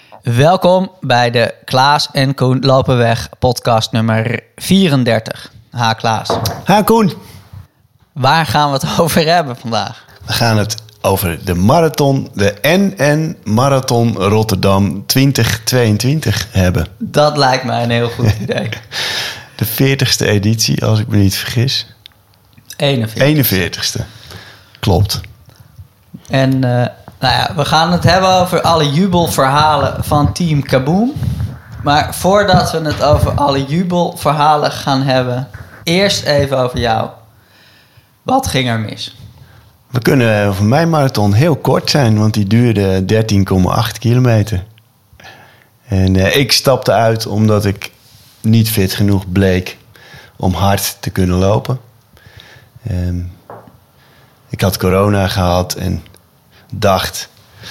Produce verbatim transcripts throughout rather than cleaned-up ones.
Welkom bij de Klaas en Koen Lopen Weg podcast nummer vierendertig. Ha Klaas. Ha Koen. Waar gaan we het over hebben vandaag? We gaan het over de marathon, de N N Marathon Rotterdam twintig tweeëntwintig hebben. Dat lijkt mij een heel goed idee. De veertigste editie, als ik me niet vergis. eenenveertig. eenenveertigste. Klopt. En uh, nou ja, we gaan het hebben over alle jubelverhalen van Team Kaboom. Maar voordat we het over alle jubelverhalen gaan hebben, eerst even over jou. Wat ging er mis? We kunnen voor mijn marathon heel kort zijn, want die duurde dertien komma acht kilometer. En uh, ik stapte uit omdat ik niet fit genoeg bleek om hard te kunnen lopen. Um, ik had corona gehad en dacht,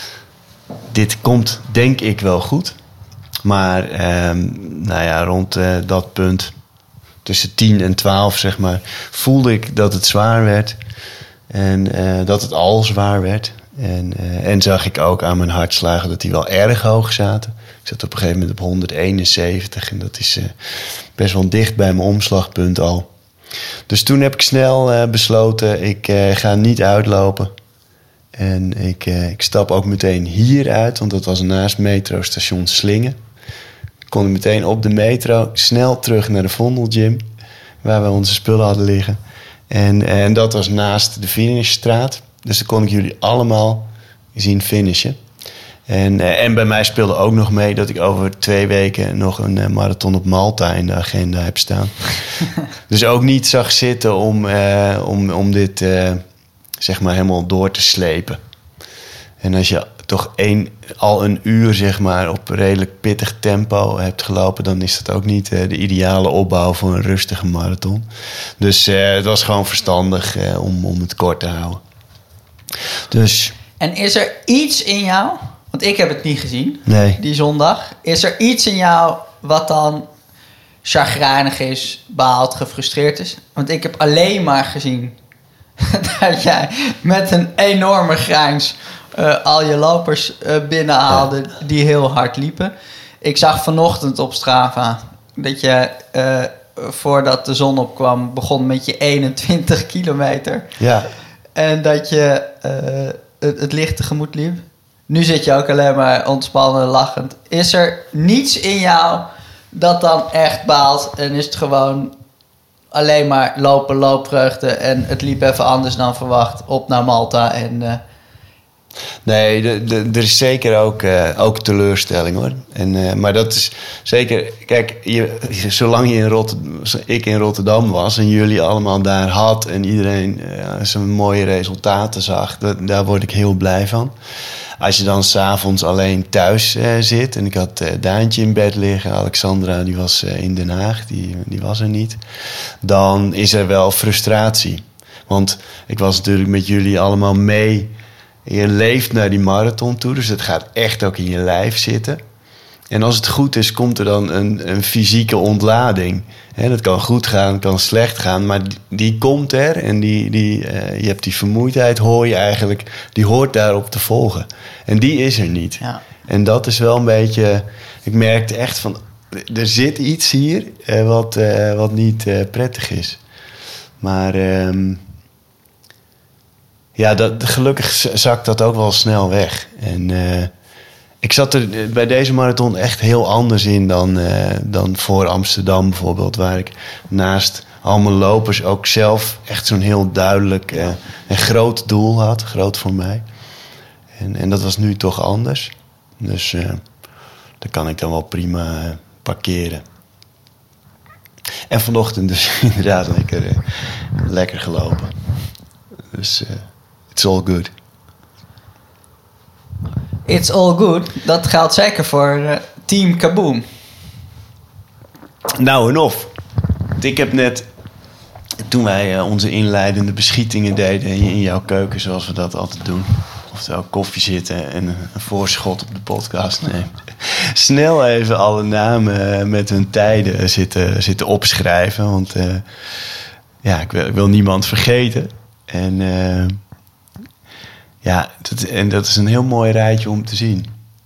dit komt denk ik wel goed. Maar um, nou ja, rond uh, dat punt, tussen tien en twaalf zeg maar, voelde ik dat het zwaar werd. En uh, dat het al zwaar werd. En, uh, en zag ik ook aan mijn hartslagen dat die wel erg hoog zaten. Ik zat op een gegeven moment op honderdeenenzeventig. En dat is uh, best wel dicht bij mijn omslagpunt al. Dus toen heb ik snel uh, besloten, ik uh, ga niet uitlopen. En ik, uh, ik stap ook meteen hier uit, want dat was naast metrostation Slingen. Ik kon meteen op de metro snel terug naar de Vondelgym, waar we onze spullen hadden liggen. En, en dat was naast de finishstraat. Dus dan kon ik jullie allemaal zien finishen. En, en bij mij speelde ook nog mee dat ik over twee weken nog een marathon op Malta in de agenda heb staan. Dus ook niet zag zitten om, uh, om, om dit uh, zeg maar helemaal door te slepen. En als je toch één, al een uur zeg maar, op redelijk pittig tempo hebt gelopen, dan is dat ook niet uh, de ideale opbouw voor een rustige marathon. Dus uh, het was gewoon verstandig uh, om, om het kort te houden. Dus. En is er iets in jou, want ik heb het niet gezien, nee. die zondag. Is er iets in jou wat dan chagrijnig is, baalt, gefrustreerd is? Want ik heb alleen maar gezien dat jij met een enorme grijns Uh, al je lopers uh, binnenhaalde ja. die heel hard liepen. Ik zag vanochtend op Strava dat je uh, voordat de zon opkwam begon met je eenentwintig kilometer. Ja. En dat je uh, het, het licht tegemoet liep. Nu zit je ook alleen maar ontspannen lachend. Is er niets in jou dat dan echt baalt en is het gewoon alleen maar lopen, loopvreugde en het liep even anders dan verwacht op naar Malta en Uh, Nee, de, de, er is zeker ook, uh, ook teleurstelling hoor. En, uh, maar dat is zeker. Kijk, je, zolang je in Rotterdam, ik in Rotterdam was en jullie allemaal daar had en iedereen uh, zijn mooie resultaten zag, dat, daar word ik heel blij van. Als je dan 's avonds alleen thuis uh, zit en ik had uh, Daantje in bed liggen, Alexandra die was uh, in Den Haag, die, die was er niet, dan is er wel frustratie. Want ik was natuurlijk met jullie allemaal mee. Je leeft naar die marathon toe, dus het gaat echt ook in je lijf zitten. En als het goed is, komt er dan een, een fysieke ontlading. He, dat kan goed gaan, kan slecht gaan, maar die, die komt er. En die, die, uh, je hebt die vermoeidheid, hoor je eigenlijk, die hoort daarop te volgen. En die is er niet. Ja. En dat is wel een beetje. Ik merkte echt van, er zit iets hier uh, wat, uh, wat niet uh, prettig is. Maar Uh, Ja, dat, gelukkig zakt dat ook wel snel weg. En uh, ik zat er bij deze marathon echt heel anders in dan, uh, dan voor Amsterdam bijvoorbeeld. Waar ik naast al mijn lopers ook zelf echt zo'n heel duidelijk uh, en groot doel had. Groot voor mij. En, en dat was nu toch anders. Dus uh, dat kan ik dan wel prima uh, parkeren. En vanochtend dus inderdaad lekker, uh, lekker gelopen. Dus Uh, It's all good. It's all good. Dat geldt zeker voor uh, Team Kaboom. Nou en of. Ik heb net, toen wij uh, onze inleidende beschietingen deden in jouw keuken, zoals we dat altijd doen, oftewel koffie zitten en een voorschot op de podcast nemen, snel even alle namen met hun tijden zitten, zitten opschrijven. Want uh, ja, ik wil, ik wil niemand vergeten. En Uh, Ja, dat, en dat is een heel mooi rijtje om te zien.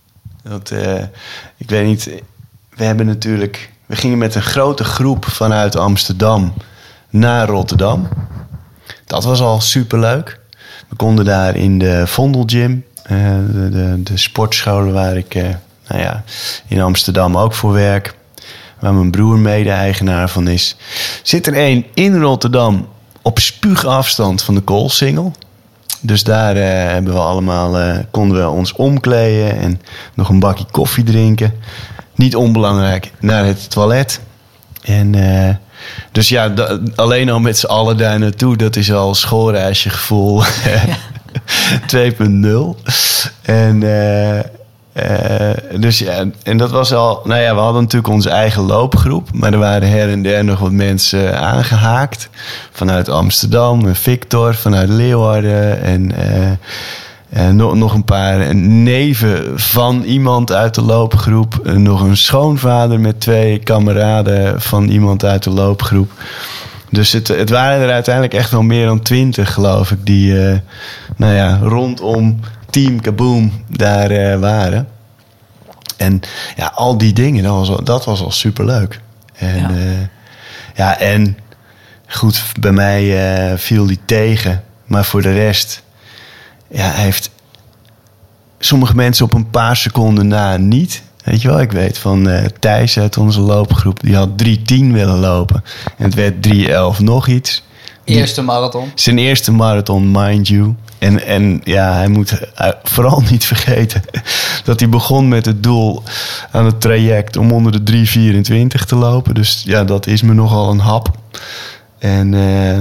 Dat, uh, ik weet niet, we hebben natuurlijk... We gingen met een grote groep vanuit Amsterdam naar Rotterdam. Dat was al superleuk. We konden daar in de Vondelgym, uh, de, de, de sportscholen waar ik uh, nou ja, in Amsterdam ook voor werk, waar mijn broer mede-eigenaar van is, zit er één in Rotterdam op spuugafstand van de Koolsingel. Dus daar uh, hebben we allemaal, uh, konden we ons omkleden en nog een bakje koffie drinken. Niet onbelangrijk, naar het toilet. En uh, dus ja, da, alleen al met z'n allen daar naartoe, dat is al schoolreisjegevoel ja. twee punt nul. En uh, uh, dus ja, en dat was al, nou ja, we hadden natuurlijk onze eigen loopgroep, maar er waren her en der nog wat mensen aangehaakt. Vanuit Amsterdam, Victor, vanuit Leeuwarden en uh, Uh, nog, nog een paar neven van iemand uit de loopgroep. Uh, nog een schoonvader met twee kameraden van iemand uit de loopgroep. Dus het, het waren er uiteindelijk echt wel meer dan twintig, geloof ik, die uh, nou ja, rondom Team Kaboom daar uh, waren. En ja, al die dingen, dat was al, dat was al superleuk. En ja, uh, ja en goed, bij mij uh, viel die tegen. Maar voor de rest... Ja, hij heeft sommige mensen op een paar seconden na niet. Weet je wel, ik weet van uh, Thijs uit onze loopgroep, die had drie tien willen lopen. En het werd drie elf nog iets. Eerste marathon. Zijn eerste marathon, mind you. En, en ja, hij moet uh, vooral niet vergeten dat hij begon met het doel aan het traject om onder de drie vierentwintig te lopen. Dus ja, dat is me nogal een hap. En... Uh,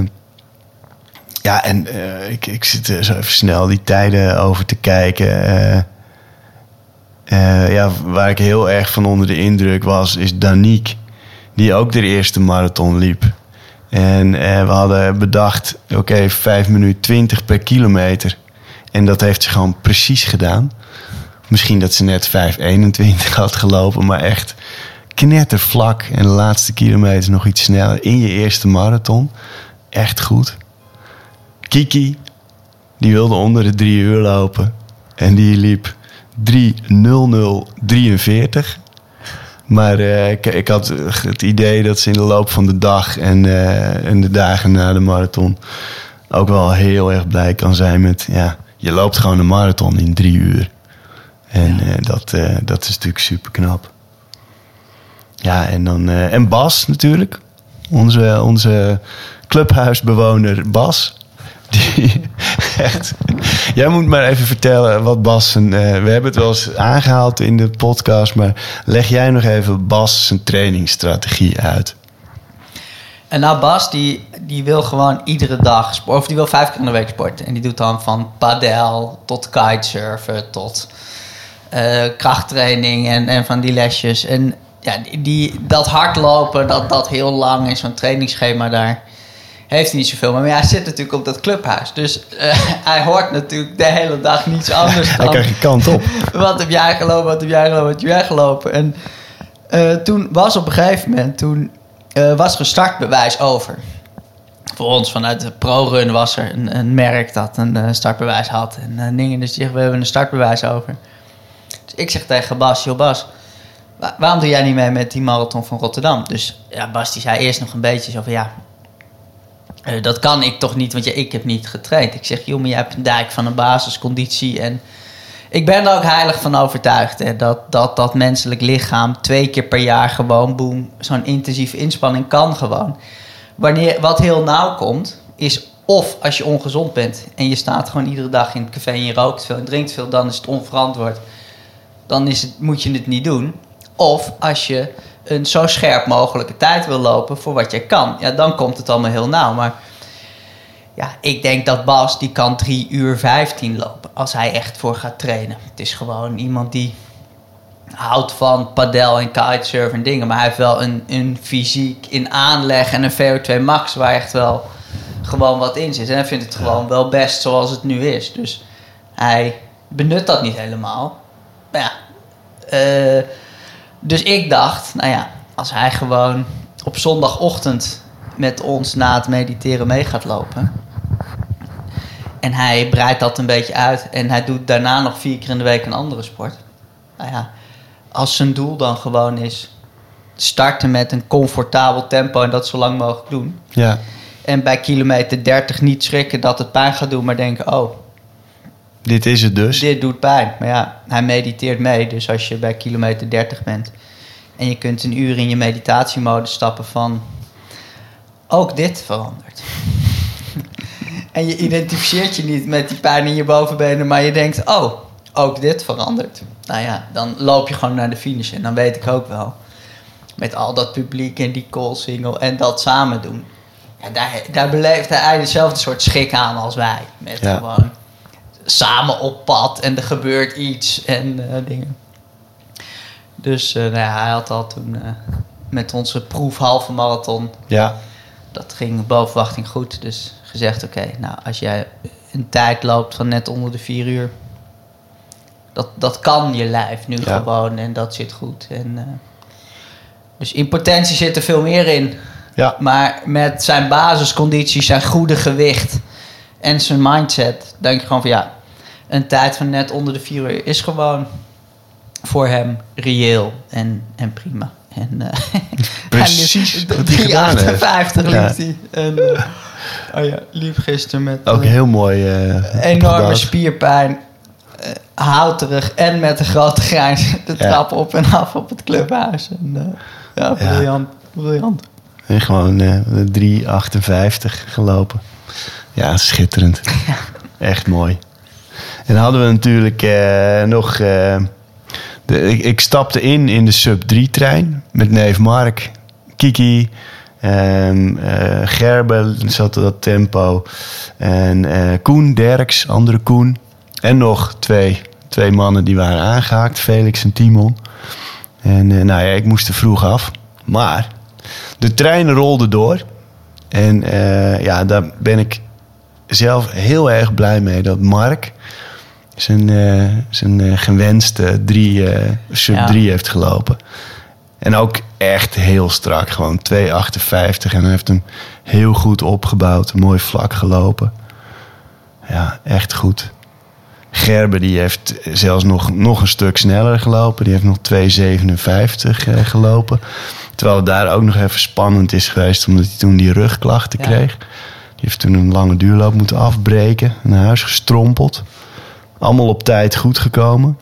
Ja, en uh, ik, ik zit er zo even snel die tijden over te kijken. Uh, uh, ja, waar ik heel erg van onder de indruk was, is Danique. Die ook de eerste marathon liep. En uh, we hadden bedacht, oké, okay, vijf minuten twintig per kilometer. En dat heeft ze gewoon precies gedaan. Misschien dat ze net vijf eenentwintig had gelopen, maar echt knettervlak. En de laatste kilometer nog iets sneller in je eerste marathon. Echt goed. Kiki, die wilde onder de drie uur lopen. En die liep drie nul nul drieënveertig. Maar uh, ik, ik had het idee dat ze in de loop van de dag en, uh, en de dagen na de marathon ook wel heel erg blij kan zijn met... Ja, je loopt gewoon een marathon in drie uur. En ja. uh, dat, uh, dat is natuurlijk super knap. Ja, en dan... Uh, en Bas natuurlijk. Onze, onze clubhuisbewoner Bas... Die, echt. Jij moet maar even vertellen wat Bas... Een, uh, we hebben het wel eens aangehaald in de podcast... maar leg jij nog even Bas zijn trainingsstrategie uit. En nou, Bas, die, die wil gewoon iedere dag... Sport, of die wil vijf keer in de week sporten. En die doet dan van padel tot kitesurfen... tot uh, krachttraining en, en van die lesjes. En ja, die, die, dat hardlopen, dat, dat heel lang in zo'n trainingsschema daar... heeft hij niet zoveel. Maar ja, hij zit natuurlijk op dat clubhuis. Dus uh, hij hoort natuurlijk de hele dag niets anders dan... Hij krijgt je kant op. Wat heb jij gelopen, wat heb jij gelopen, wat heb jij gelopen? En uh, toen was op een gegeven moment... toen uh, was er een startbewijs over. Voor ons vanuit de ProRun was er een, een merk dat een uh, startbewijs had. En uh, dingen, dus die zeggen, we hebben een startbewijs over. Dus ik zeg tegen Bas, joh Bas... Wa- waarom doe jij niet mee met die marathon van Rotterdam? Dus ja, Bas die zei eerst nog een beetje zo van... ja. Uh, dat kan ik toch niet, want ja, ik heb niet getraind. Ik zeg, joh, maar jij hebt een dijk van een basisconditie. En ik ben er ook heilig van overtuigd. Hè, dat, dat dat menselijk lichaam twee keer per jaar gewoon, boem, zo'n intensieve inspanning kan gewoon. Wanneer, wat heel nauw komt, is of als je ongezond bent... en je staat gewoon iedere dag in het café en je rookt veel en drinkt veel... dan is het onverantwoord. Dan is het, moet je het niet doen. Of als je... een zo scherp mogelijke tijd wil lopen voor wat jij kan. Ja, dan komt het allemaal heel nauw. Maar ja, ik denk dat Bas, die kan drie uur vijftien lopen... als hij echt voor gaat trainen. Het is gewoon iemand die houdt van padel en kitesurfen en dingen... maar hij heeft wel een, een fysiek in aanleg en een V O twee max... waar echt wel gewoon wat in zit. En hij vindt het gewoon wel best zoals het nu is. Dus hij benut dat niet helemaal. Maar ja... Uh, Dus ik dacht, nou ja, als hij gewoon op zondagochtend met ons na het mediteren mee gaat lopen... en hij breidt dat een beetje uit en hij doet daarna nog vier keer in de week een andere sport... nou ja, als zijn doel dan gewoon is starten met een comfortabel tempo en dat zo lang mogelijk doen. Ja. En bij kilometer dertig niet schrikken dat het pijn gaat doen, maar denken, oh, dit is het dus. Dit doet pijn. Maar ja, hij mediteert mee. Dus als je bij kilometer dertig bent en je kunt een uur in je meditatiemode stappen van, ook dit verandert. En je identificeert je niet met die pijn in je bovenbenen, maar je denkt, oh, ook dit verandert. Nou ja, dan loop je gewoon naar de finish. En dan weet ik ook wel, met al dat publiek en die call-single en dat samen doen. Ja, daar, daar beleeft hij eigenlijk dezelfde soort schik aan als wij. Met ja. gewoon samen op pad en er gebeurt iets en uh, dingen. Dus uh, nou ja, hij had al toen uh, met onze proef halve marathon, ja. dat ging boven verwachting goed. Dus gezegd, oké, okay, nou als jij een tijd loopt van net onder de vier uur, dat, dat kan je lijf nu ja. gewoon en dat zit goed. En, uh, dus in potentie zit er veel meer in. Ja. Maar met zijn basiscondities, zijn goede gewicht en zijn mindset, denk je gewoon van ja, een tijd van net onder de vier uur is gewoon voor hem reëel en, en prima. En, uh, precies hij liep, drie achtenvijftig liep ja. hij. En uh, oh ja, liep gisteren met ook uh, heel mooi uh, enorme opgebouwd. spierpijn, uh, houterig en met een grote grijns de ja. trap op en af op het clubhuis. En, uh, ja, briljant, ja. briljant. En gewoon uh, drie achtenvijftig gelopen. Ja, schitterend. Ja. Echt mooi. En dan hadden we natuurlijk uh, nog... Uh, de, ik, ik stapte in in de sub drie trein met neef Mark, Kiki, um, uh, Gerben zat op dat tempo. En uh, Koen Derks, andere Koen. En nog twee, twee mannen die waren aangehaakt, Felix en Timon. En uh, nou ja, ik moest er vroeg af. Maar de trein rolde door. En uh, ja, daar ben ik zelf heel erg blij mee dat Mark zijn, uh, zijn uh, gewenste drie, uh, sub drie ja. heeft gelopen. En ook echt heel strak. Gewoon twee achtenvijftig. En hij heeft hem heel goed opgebouwd. Mooi vlak gelopen. Ja, echt goed. Gerben die heeft zelfs nog, nog een stuk sneller gelopen. Die heeft nog twee zevenenvijftig uh, gelopen. Terwijl het daar ook nog even spannend is geweest, omdat hij toen die rugklachten ja. kreeg. Die heeft toen een lange duurloop moeten afbreken. Naar huis gestrompeld. Allemaal op tijd goed gekomen.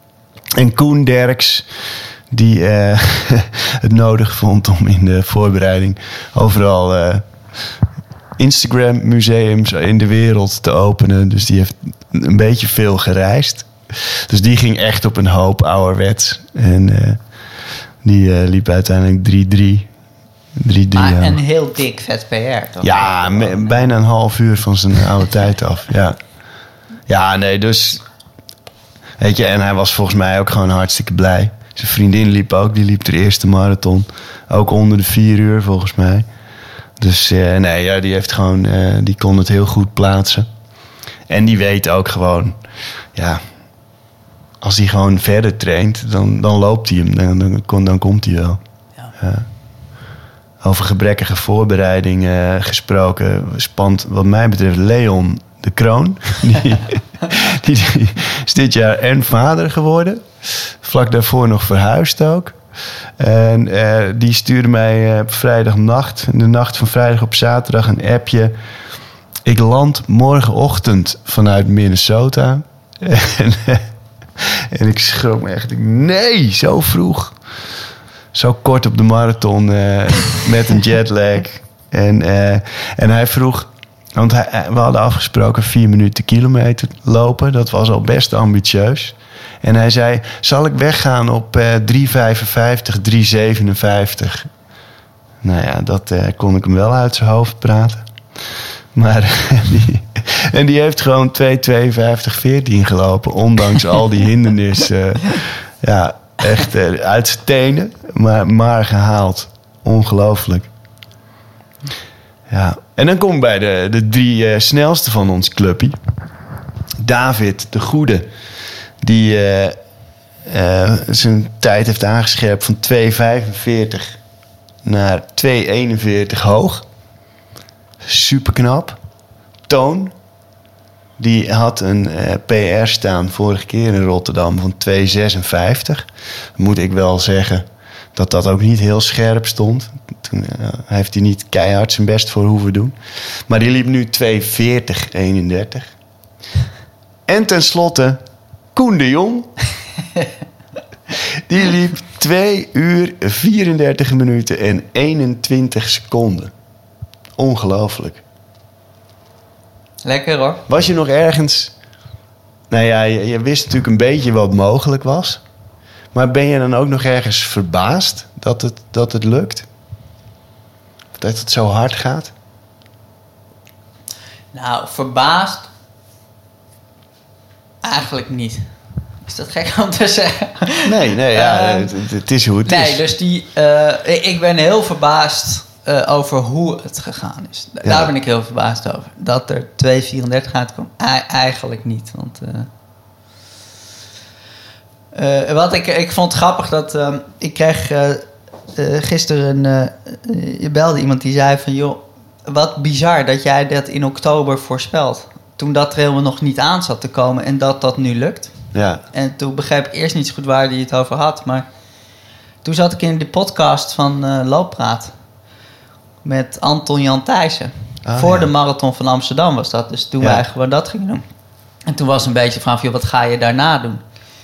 En Koen Derks, die uh, het nodig vond om in de voorbereiding overal uh, Instagram museums in de wereld te openen. Dus die heeft een beetje veel gereisd. Dus die ging echt op een hoop ouderwets. En uh, die uh, liep uiteindelijk drie drie. drie drie maar ja. een heel dik vet P R, toch? Ja, me, bijna een half uur van zijn oude tijd af. Ja. ja, nee, dus... Weet je, en hij was volgens mij ook gewoon hartstikke blij. Zijn vriendin liep ook, die liep de eerste marathon. Ook onder de vier uur, volgens mij. Dus uh, nee, ja, die heeft gewoon... Uh, die kon het heel goed plaatsen. En die weet ook gewoon... Ja, als hij gewoon verder traint, dan, dan loopt hij hem. Dan, dan, dan, dan komt hij wel. Ja. Ja. Over gebrekkige voorbereiding uh, gesproken... spant wat mij betreft Leon de Kroon. Die, die, die is dit jaar en vader geworden. Vlak daarvoor nog verhuisd ook. En uh, die stuurde mij uh, op vrijdagnacht... de nacht van vrijdag op zaterdag een appje... Ik land morgenochtend vanuit Minnesota. en, en ik schrok me echt. Nee, zo vroeg. Zo kort op de marathon uh, met een jetlag. En, uh, en hij vroeg... Want hij, we hadden afgesproken vier minuten kilometer lopen. Dat was al best ambitieus. En hij zei, zal ik weggaan op uh, drie vijfenvijftig, drie zevenenvijftig? Nou ja, dat uh, kon ik hem wel uit zijn hoofd praten. Maar die, en die heeft gewoon twee tweeënvijftig veertien gelopen. Ondanks al die hindernissen. Uh, ja, echt uh, uit zijn tenen. Maar, maar gehaald. Ongelooflijk. Ja. En dan kom ik bij de, de drie uh, snelste van ons clubje. David de Goede. Die uh, uh, zijn tijd heeft aangescherpt van twee vijfenveertig naar twee eenenveertig hoog. Super knap. Toon. die had een uh, P R staan vorige keer in Rotterdam van twee zesenvijftig. Moet ik wel zeggen dat dat ook niet heel scherp stond. Toen uh, heeft hij niet keihard zijn best voor hoeven doen. Maar die liep nu twee veertig eenendertig. En tenslotte Koen de Jong. Die liep twee uur vierendertig minuten en eenentwintig seconden. Ongelooflijk. Lekker hoor. Was je nog ergens... Nou ja, je, je wist natuurlijk een beetje wat mogelijk was. Maar ben je dan ook nog ergens verbaasd dat het, dat het lukt? Dat het zo hard gaat? Nou, verbaasd? Eigenlijk niet. Is dat gek om te zeggen? Nee, nee, ja, uh, het, het is hoe het nee, is. Dus die, uh, ik ben heel verbaasd uh, over hoe het gegaan is. Daar Ja. ben ik heel verbaasd over. Dat er twee vierendertig uitkomt, I- eigenlijk niet. Want uh, uh, wat ik, ik vond het grappig dat uh, ik kreeg uh, uh, gisteren een, uh, je belde iemand die zei van joh, wat bizar dat jij dat in oktober voorspelt. Toen dat er helemaal nog niet aan zat te komen en dat dat nu lukt. Ja. En toen begreep ik eerst niet zo goed waar hij het over had. Maar toen zat ik in de podcast van uh, Looppraat. Met Anton Jan Thijssen. Oh, Voor ja. de marathon van Amsterdam was dat. Dus toen Ja. wij gewoon dat gingen doen. En toen was een beetje de vraag, joh, wat ga je daarna doen?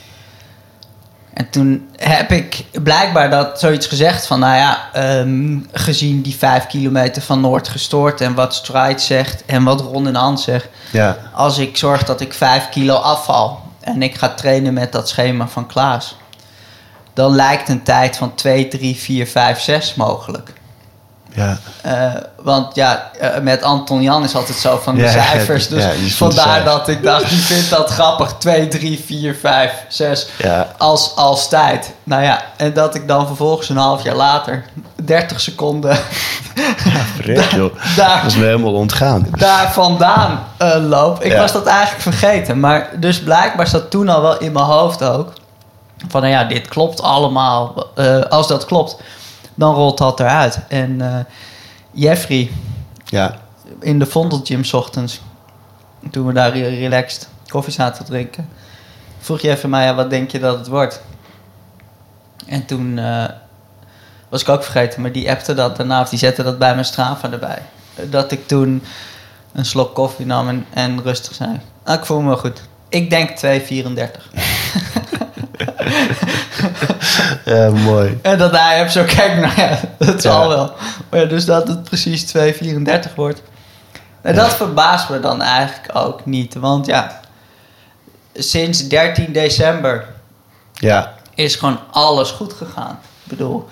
En toen heb ik blijkbaar dat zoiets gezegd van... nou ja, um, gezien die vijf kilometer van Noord gestoord... en wat Stride zegt en wat Ron en Hans zegt... Ja. als ik zorg dat ik vijf kilo afval... en ik ga trainen met dat schema van Klaas... dan lijkt een tijd van twee, drie, vier, vijf, zes mogelijk. Ja. Uh, want ja, uh, met Anton Jan is altijd zo van de Ja, cijfers. Dus ja, die is van de vandaar cijfers. dat ik dacht, die vindt dat grappig. twee, drie, vier, vijf, zes Ja. als, als tijd. Nou ja, en dat ik dan vervolgens een half jaar later... dertig seconden Verrek, joh. daar, Dat is me helemaal ontgaan. daar vandaan uh, loop. Ik Ja. was dat eigenlijk vergeten. Maar dus blijkbaar zat toen al wel in mijn hoofd ook... van nou ja, dit klopt allemaal. Uh, als dat klopt, dan rolt dat eruit. En uh, Jeffrey... Ja. in de Vondel Gym 's ochtends, toen we daar relaxed koffie zaten te drinken, vroeg je even mij, ja, wat denk je dat het wordt? En toen uh, was ik ook vergeten, maar die appte dat daarna, of die zette dat bij mijn Strava erbij. Dat ik toen een slok koffie nam en, en rustig zei, ah, ik voel me wel goed. Ik denk twee vierendertig. Ja, mooi. En dat hij heb zo kijkt, nou ja, dat zal Ja. wel. Maar ja, dus dat het precies twee vierendertig wordt. En Ja. dat verbaast me dan eigenlijk ook niet. Want ja, sinds dertien december Ja. is gewoon alles goed gegaan. Ik bedoel,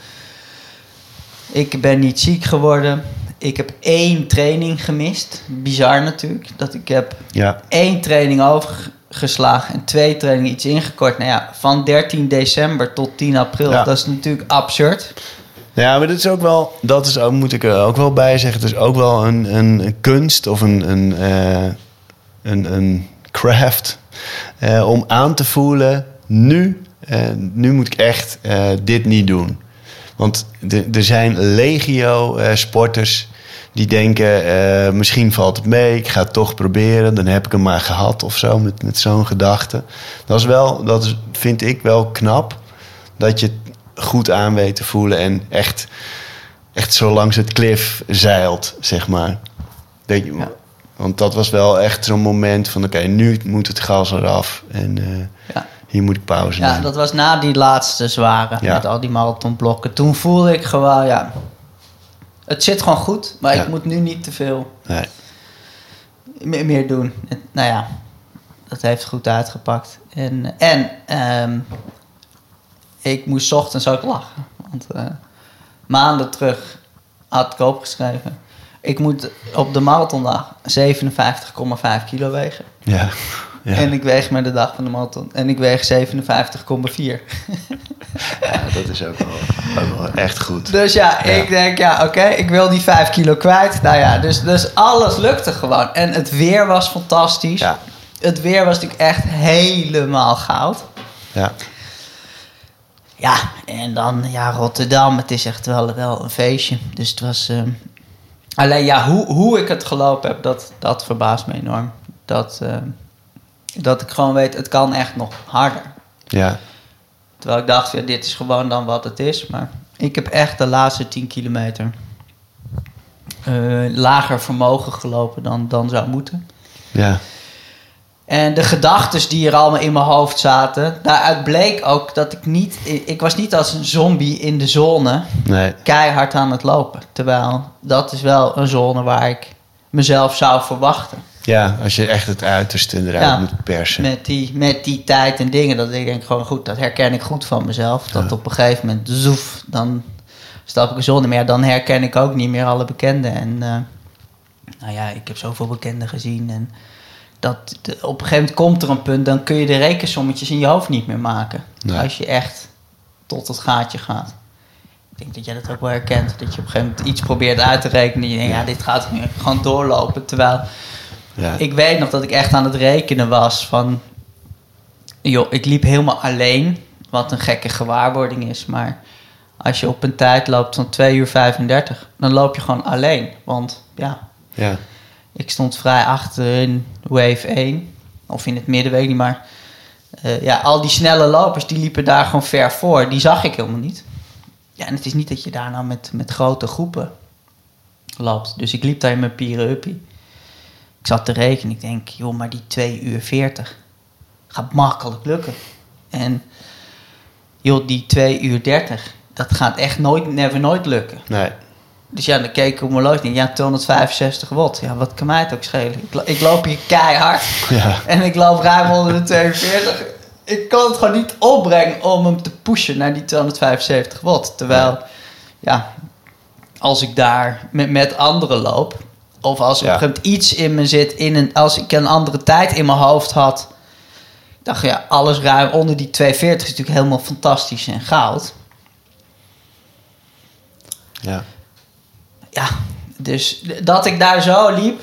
ik ben niet ziek geworden. Ik heb één training gemist. Bizar natuurlijk. Dat ik heb Ja. één training overgeslagen en twee trainingen iets ingekort. Nou ja, van dertien december tot tien april. Ja. Dat is natuurlijk absurd. Ja, maar dat is ook wel, dat is ook, moet ik er ook wel bij zeggen, het is ook wel een, een kunst of een, een, uh, een, een craft uh, om aan te voelen, nu, uh, nu moet ik echt uh, dit niet doen. Want de, er zijn legio uh, sporters die denken, uh, misschien valt het mee, ik ga het toch proberen, dan heb ik hem maar gehad of zo, met, met zo'n gedachte. Dat is wel, dat is, vind ik wel knap, dat je goed aan weet te voelen en echt, echt zo langs het klif zeilt, zeg maar. Denk je, Ja. Want dat was wel echt zo'n moment van, oké, okay, nu moet het gas eraf en uh, Ja. hier moet ik pauze Ja, nemen. dat was na die laatste zware, Ja. met al die marathonblokken. Toen voelde ik gewoon, ja, het zit gewoon goed, maar Ja. ik moet nu niet te veel Nee. meer, meer doen. En, nou ja, dat heeft goed uitgepakt. En, en um, ik moest 's ochtends ook lachen. Want uh, maanden terug had ik opgeschreven, ik moet op de marathondag zevenenvijftig komma vijf kilo wegen. Ja. Ja. En ik weeg me de dag van de marathon. En ik weeg zevenenvijftig komma vier. Ja, dat is ook wel, ook wel echt goed. Dus ja, Ja. ik denk, ja, oké, okay, ik wil die vijf kilo kwijt. Nou ja, dus, dus alles lukte gewoon. En het weer was fantastisch. Ja. Het weer was natuurlijk echt helemaal goud. Ja. Ja, en dan, ja, Rotterdam, het is echt wel, wel een feestje. Dus het was... Um, alleen ja, hoe, hoe ik het gelopen heb, dat, dat verbaast me enorm. Dat, uh, dat ik gewoon weet, het kan echt nog harder. Ja. Terwijl ik dacht, ja, dit is gewoon dan wat het is. Maar ik heb echt de laatste tien kilometer uh, lager vermogen gelopen dan, dan zou moeten. Ja. En de gedachten die er allemaal in mijn hoofd zaten, daaruit bleek ook dat ik niet... Ik was niet als een zombie in de zone nee. keihard aan het lopen. Terwijl dat is wel een zone waar ik mezelf zou verwachten. Ja, als je echt het uiterste eruit ja, moet persen. Met die, met die tijd en dingen, dat ik denk gewoon goed, dat herken ik goed van mezelf. Dat ja. op een gegeven moment, zoef, dan stap ik er zonder meer. Dan herken ik ook niet meer alle bekenden. En uh, nou ja, ik heb zoveel bekenden gezien. En dat, de, op een gegeven moment komt er een punt, dan kun je de rekensommetjes in je hoofd niet meer maken. Nee. Als je echt tot het gaatje gaat. Ik denk dat jij dat ook wel herkent. Dat je op een gegeven moment iets probeert uit te rekenen. En je denkt, ja, dit gaat gewoon doorlopen. Terwijl... Ja. Ik weet nog dat ik echt aan het rekenen was van... joh, ik liep helemaal alleen. Wat een gekke gewaarwording is. Maar als je op een tijd loopt van twee uur vijfendertig... dan loop je gewoon alleen. Want ja, ja. ik stond vrij achter in wave één. Of in het midden, weet ik niet. Maar uh, ja, al die snelle lopers, die liepen daar gewoon ver voor. Die zag ik helemaal niet. Ja, en het is niet dat je daar nou met, met grote groepen loopt. Dus ik liep daar in mijn pieren-uppie. Ik zat te rekenen. Ik denk, joh, maar die twee uur veertig gaat makkelijk lukken. En joh, die twee uur dertig, dat gaat echt nooit, never nooit lukken. Nee. Dus ja, dan keek ik op mijn lood. Ja, tweehonderdvijfenzestig watt. Ja, wat kan mij het ook schelen? Ik, ik loop hier keihard. Ja. En ik loop ruim onder de tweeënveertig. Ik kan het gewoon niet opbrengen om hem te pushen naar die tweehonderdvijfenzeventig watt. Terwijl, ja, ja als ik daar met, met anderen loop... Of als er ja. op een gegeven moment iets in me zit... In een, als ik een andere tijd in mijn hoofd had... dacht je, ja, alles ruim onder die tweehonderdveertig... is natuurlijk helemaal fantastisch en goud. Ja. Ja, dus dat ik daar zo liep...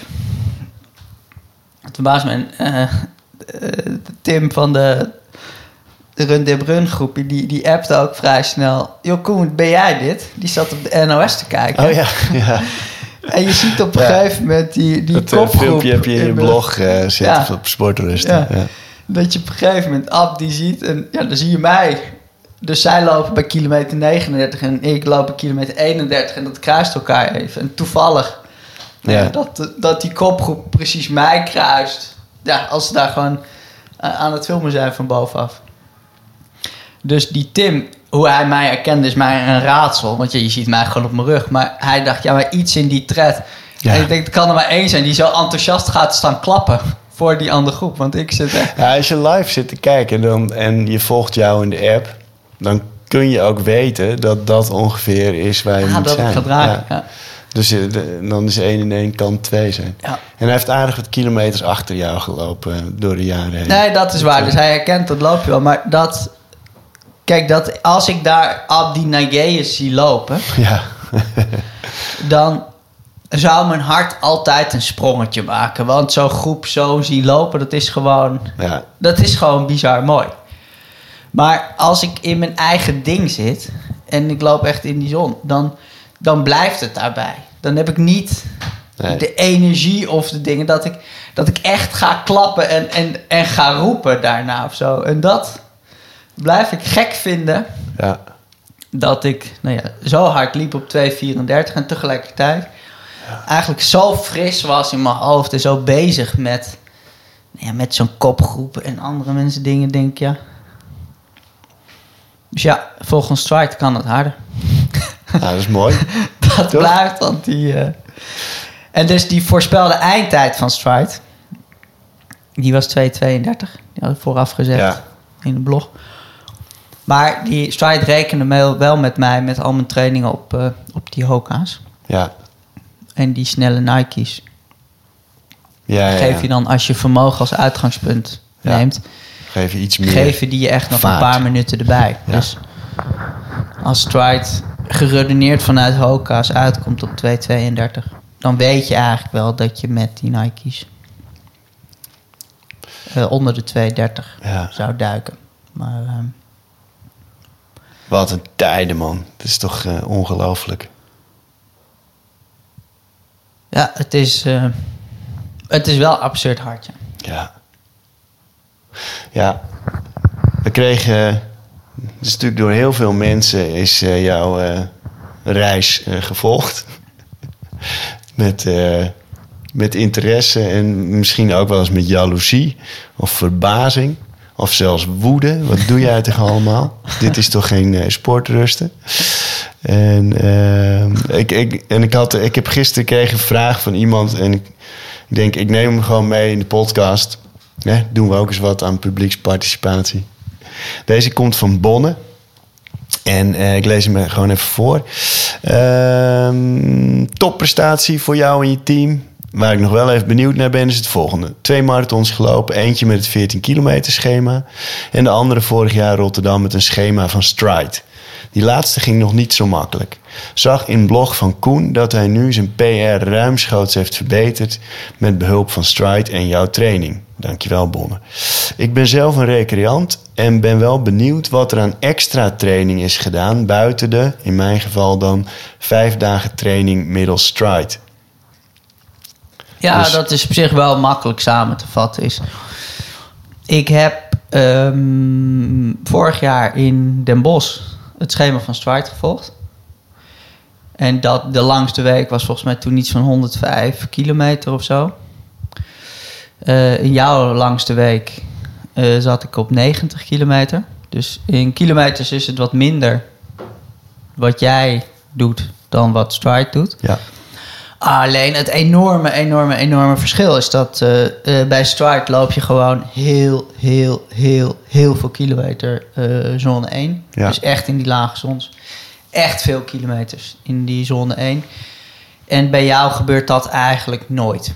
Toen was mijn... Uh, uh, Tim van de... de Run de Brun groep... Die, die appte ook vrij snel... Joh, Koen, ben jij dit? Die zat op de N O S te kijken. Oh ja, ja. En je ziet op een ja. gegeven moment die, die dat kopgroep... Dat filmpje heb je in je blog uh, zitten ja. op Sportrust. Ja. Ja. Dat je op een gegeven moment Ab die ziet... en ja, dan zie je mij. Dus zij lopen bij kilometer negenendertig... en ik loop bij kilometer eenendertig... en dat kruist elkaar even. En toevallig ja. Ja, dat, dat die kopgroep precies mij kruist. Ja, als ze daar gewoon uh, aan het filmen zijn van bovenaf. Dus die Tim... Hoe hij mij herkende is mij een raadsel. Want je, je ziet mij gewoon op mijn rug. Maar hij dacht, ja, maar iets in die tred. Ja. En ik denk, er kan er maar één zijn die zo enthousiast gaat staan klappen voor die andere groep. Want ik zit echt... Ja, als je live zit te kijken dan, en je volgt jou in de app... dan kun je ook weten dat dat ongeveer is waar je ja, moet dat zijn. Ik ga draaien, ja. Ja. Dus de, dan is één in één kan twee zijn. Ja. En hij heeft aardig wat kilometers achter jou gelopen door de jaren heen. Nee, dat is waar. Dus hij herkent dat loopje wel. Maar dat... Kijk, dat als ik daar Abdi Nageus zie lopen... Ja. dan zou mijn hart altijd een sprongetje maken. Want zo'n groep zo zien lopen, dat is gewoon... Ja. Dat is gewoon bizar mooi. Maar als ik in mijn eigen ding zit... en ik loop echt in die zon... dan, dan blijft het daarbij. Dan heb ik niet nee. de energie of de dingen... dat ik, dat ik echt ga klappen en, en, en ga roepen daarna of zo. En dat... blijf ik gek vinden ja. dat ik nou ja, zo hard liep op twee vierendertig en tegelijkertijd ja. eigenlijk zo fris was in mijn hoofd en zo bezig met, nou ja, met zo'n kopgroep en andere mensen dingen, denk ik, ja. Dus ja, volgens Stride kan het harder. Nou, dat is mooi. dat Toch? Blijft, want die... Uh... En dus die voorspelde eindtijd van Stride, die was twee tweeëndertig. Die had ik vooraf gezet ja. in de blog. Maar die Stride rekende wel met mij... met al mijn trainingen op, uh, op die Hoka's. Ja. En die snelle Nike's. Ja, ja, geef ja. je dan, als je vermogen als uitgangspunt ja. neemt... geef je iets meer geven die je echt nog vaart. Een paar minuten erbij. Ja. Dus als Stride geredeneerd vanuit Hoka's uitkomt op twee tweeëndertig... dan weet je eigenlijk wel dat je met die Nike's... Uh, onder de twee dertig ja. zou duiken. Maar... Uh, Wat een tijden, man. Het is toch uh, ongelooflijk. Ja, het is, uh, het is wel absurd hard, ja. Ja. Ja. We kregen... Dus natuurlijk door heel veel mensen is uh, jouw uh, reis uh, gevolgd. met, uh, met interesse en misschien ook wel eens met jaloezie of verbazing. Of zelfs woede. Wat doe jij toch allemaal? Dit is toch geen uh, sportrusten? En, uh, ik, ik, en ik, had, ik heb gisteren kreeg een vraag van iemand. En ik, ik denk, ik neem hem gewoon mee in de podcast. Ja, doen we ook eens wat aan publieksparticipatie. Deze komt van Bonne. En uh, ik lees hem gewoon even voor. Uh, topprestatie voor jou en je team. Waar ik nog wel even benieuwd naar ben, is het volgende. Twee marathons gelopen, eentje met het veertien kilometer schema. En de andere vorig jaar Rotterdam met een schema van Stride. Die laatste ging nog niet zo makkelijk. Zag in blog van Koen dat hij nu zijn P R ruimschoots heeft verbeterd met behulp van Stride en jouw training. Dankjewel, Bonne. Ik ben zelf een recreant en ben wel benieuwd wat er aan extra training is gedaan buiten de, in mijn geval dan, vijf dagen training middels Stride. Ja, dus... dat is op zich wel makkelijk samen te vatten. Is. Ik heb um, vorig jaar in Den Bosch het schema van Stride gevolgd. En dat de langste week was volgens mij toen iets van honderdvijf kilometer of zo. Uh, in jouw langste week uh, zat ik op negentig kilometer. Dus in kilometers is het wat minder wat jij doet dan wat Stride doet. Ja. Alleen het enorme, enorme, enorme verschil is dat uh, uh, bij Stride loop je gewoon heel, heel, heel, heel veel kilometer uh, zone één. Ja. Dus echt in die lage zones. Echt veel kilometers in die zone één. En bij jou gebeurt dat eigenlijk nooit.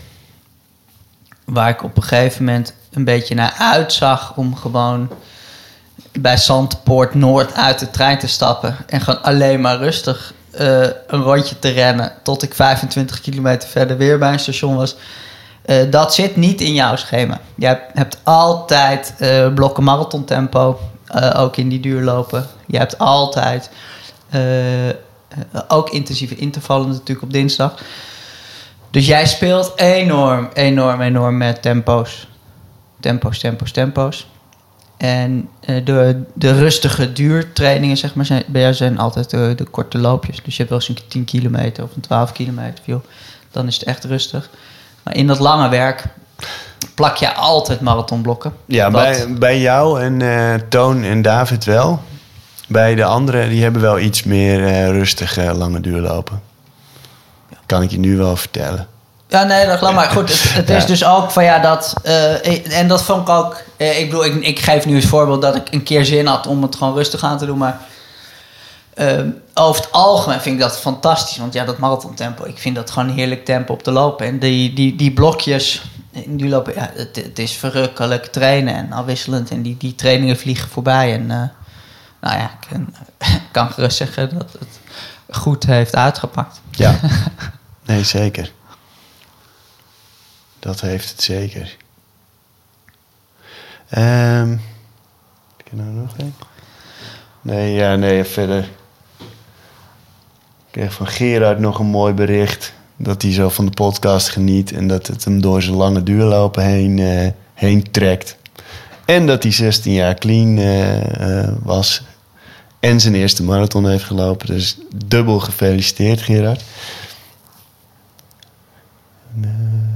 Waar ik op een gegeven moment een beetje naar uitzag om gewoon bij Zandpoort Noord uit de trein te stappen en gewoon alleen maar rustig uh, een rondje te rennen tot ik vijfentwintig kilometer verder weer bij een station was. Uh, dat zit niet in jouw schema. Jij hebt altijd uh, blokken marathontempo, uh, ook in die duurlopen. Je hebt altijd uh, uh, ook intensieve intervallen natuurlijk op dinsdag. Dus jij speelt enorm, enorm, enorm met tempo's. Tempo's, tempo's, tempo's. En uh, de, de rustige duurtrainingen, zeg maar, zijn, bij jou zijn altijd de, de korte loopjes. Dus je hebt wel eens een tien kilometer of een twaalf kilometer. Joh. Dan is het echt rustig. Maar in dat lange werk plak je altijd marathonblokken. Ja, bij, bij jou en uh, Toon en David wel. Bij de anderen, die hebben wel iets meer uh, rustige lange duurlopen. Kan ik je nu wel vertellen. Ja, nee, dat laat maar. Goed, het, het is ja. dus ook van ja, dat... Uh, en dat vond ik ook... Uh, ik bedoel, ik, ik geef nu het voorbeeld dat ik een keer zin had om het gewoon rustig aan te doen. Maar uh, over het algemeen vind ik dat fantastisch. Want ja, dat marathontempo, ik vind dat gewoon een heerlijk tempo op te lopen. En die, die, die blokjes, die lopen... Ja, het, het is verrukkelijk trainen en afwisselend. En die, die trainingen vliegen voorbij. En uh, nou ja, ik kan, kan gerust zeggen dat het goed heeft uitgepakt. Ja, nee, zeker. Dat heeft het zeker. Um, heb ik er nou nog een? Nee, ja, nee, verder. Ik kreeg van Gerard nog een mooi bericht. Dat hij zo van de podcast geniet. En dat het hem door zijn lange duurlopen heen, uh, heen trekt. En dat hij zestien jaar clean uh, uh, was. En zijn eerste marathon heeft gelopen. Dus dubbel gefeliciteerd, Gerard. Uh,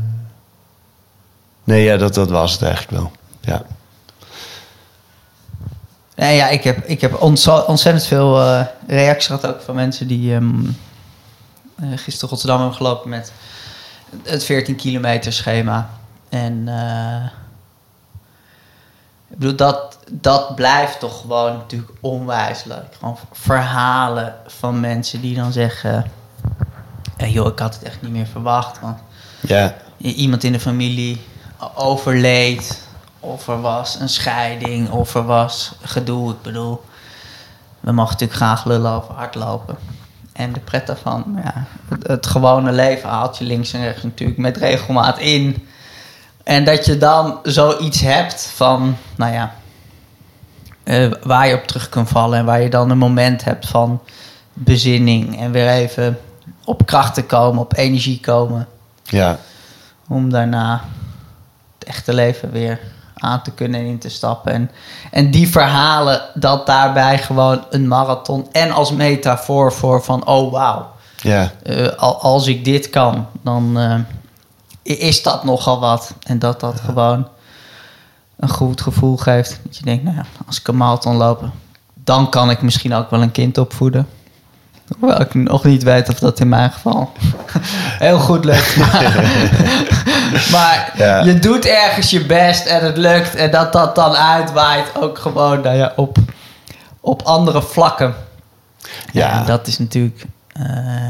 nee, ja, dat, dat was het eigenlijk wel. Ja. Nee, ja, ik heb, ik heb ontzo- ontzettend veel uh, reacties gehad ook van mensen die um, uh, gisteren Rotterdam hebben gelopen met het veertien kilometer schema. En uh, ik bedoel, dat, dat blijft toch gewoon natuurlijk onwijs leuk. Gewoon verhalen van mensen die dan zeggen... Hey joh, ik had het echt niet meer verwacht. Want ja. iemand in de familie overleed... Of er was een scheiding, of er was gedoe. Ik bedoel, we mogen natuurlijk graag lullen over hardlopen. En de pret daarvan, ja, het, het gewone leven haalt je links en rechts natuurlijk met regelmaat in. En dat je dan zoiets hebt van, nou ja, uh, waar je op terug kunt vallen. En waar je dan een moment hebt van bezinning. En weer even op kracht te komen, op energie komen. Ja. Om daarna... het echte leven weer aan te kunnen en in te stappen. En, en die verhalen, dat daarbij gewoon een marathon en als metafoor voor van, oh wauw. Ja. Uh, als ik dit kan, dan uh, is dat nogal wat. En dat dat ja. gewoon een goed gevoel geeft. Dat je denkt, nou ja, als ik een marathon lopen, dan kan ik misschien ook wel een kind opvoeden. Hoewel ik nog niet weet of dat in mijn geval heel goed lukt. Maar, maar ja. je doet ergens je best en het lukt. En dat dat dan uitwaait ook gewoon nou ja, op, op andere vlakken. Ja. En dat is natuurlijk... Uh,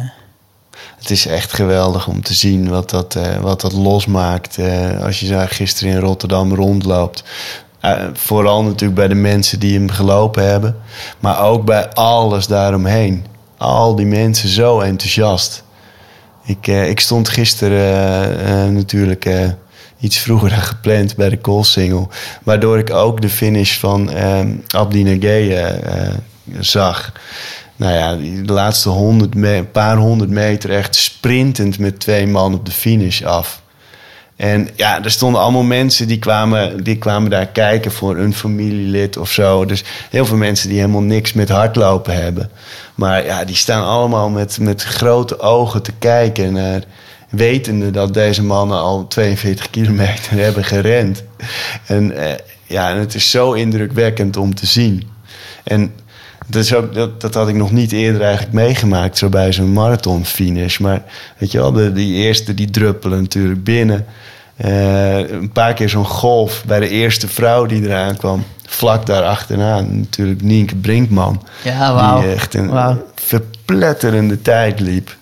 het is echt geweldig om te zien wat dat, uh, wat dat losmaakt. Uh, als je daar gisteren in Rotterdam rondloopt. Uh, vooral natuurlijk bij de mensen die hem gelopen hebben. Maar ook bij alles daaromheen. Al die mensen zo enthousiast. Ik, uh, ik stond gisteren uh, uh, natuurlijk uh, iets vroeger dan gepland bij de Koolsingel. Waardoor ik ook de finish van uh, Abdi Nageye uh, zag. Nou ja, de laatste honderd me- paar honderd meter echt sprintend met twee man op de finish af. En ja, er stonden allemaal mensen die kwamen, die kwamen daar kijken voor een familielid of zo. Dus heel veel mensen die helemaal niks met hardlopen hebben. Maar ja, die staan allemaal met, met grote ogen te kijken naar, wetende dat deze mannen al tweeënveertig kilometer hebben gerend. En eh, ja, en het is zo indrukwekkend om te zien. En dat, is ook, dat, dat had ik nog niet eerder eigenlijk meegemaakt, zo bij zo'n marathonfinish. Maar weet je wel, de, die eerste die druppelen natuurlijk binnen. Uh, een paar keer zo'n golf bij de eerste vrouw die eraan kwam. Vlak daar achteraan natuurlijk Nienke Brinkman. Ja, wauw. Die echt een wow. verpletterende tijd liep.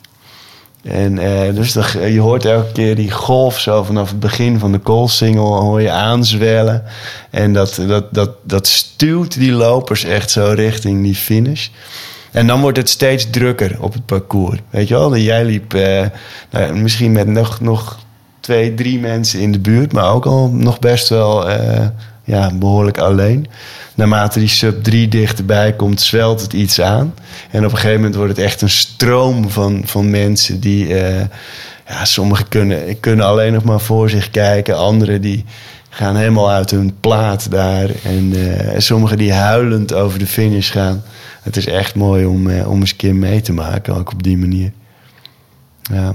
En uh, dus dat, je hoort elke keer die golf zo vanaf het begin van de Koolsingel hoor je aanzwellen. En dat, dat, dat, dat stuwt die lopers echt zo richting die finish. En dan wordt het steeds drukker op het parcours. Weet je wel, jij liep uh, nou, misschien met nog, nog twee, drie mensen in de buurt, maar ook al nog best wel uh, ja, behoorlijk alleen. Naarmate die sub drie dichterbij komt, zwelt het iets aan. En op een gegeven moment wordt het echt een stroom van, van mensen die... Uh, ja, sommigen kunnen, kunnen alleen nog maar voor zich kijken. Anderen die gaan helemaal uit hun plaat daar. En uh, sommigen die huilend over de finish gaan. Het is echt mooi om, uh, om eens een keer mee te maken, ook op die manier. Ja.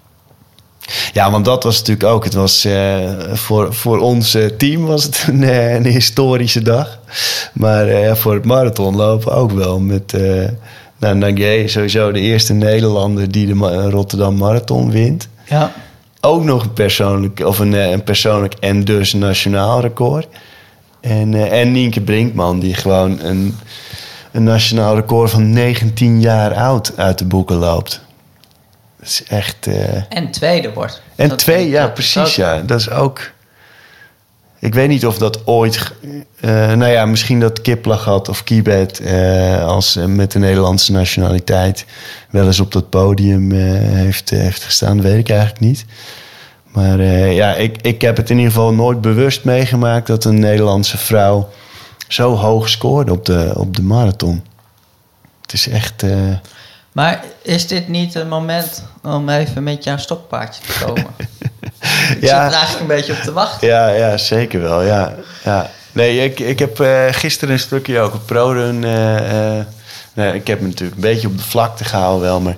Ja, want dat was natuurlijk ook... Het was uh, voor, voor ons uh, team was het een, uh, een historische dag. Maar uh, voor het marathonlopen ook wel. Met uh, nou, Nageye sowieso de eerste Nederlander die de Ma- Rotterdam Marathon wint. Ja. Ook nog een persoonlijk, of een, een persoonlijk en dus nationaal record. En, uh, en Nienke Brinkman die gewoon een, een nationaal record van negentien jaar oud uit de boeken loopt. Dat is echt... Uh... En tweede wordt. En dat twee, ja, dat precies, ook. ja. Dat is ook... Ik weet niet of dat ooit... Uh, nou ja, misschien dat Kiplagat of Kibet... Uh, als uh, met de Nederlandse nationaliteit... wel eens op dat podium uh, heeft, uh, heeft gestaan. Dat weet ik eigenlijk niet. Maar uh, ja, ik, ik heb het in ieder geval nooit bewust meegemaakt... dat een Nederlandse vrouw zo hoog scoorde op de, op de marathon. Het is echt... Uh... Maar is dit niet een moment om even met jouw stokpaardje te komen? Ik ja. zit er eigenlijk een beetje op te wachten. Ja, ja zeker wel. Ja, ja. Nee, ik, ik heb uh, gisteren een stukje ook op ProRun... Uh, uh, nee, ik heb me natuurlijk een beetje op de vlakte gehouden wel, maar...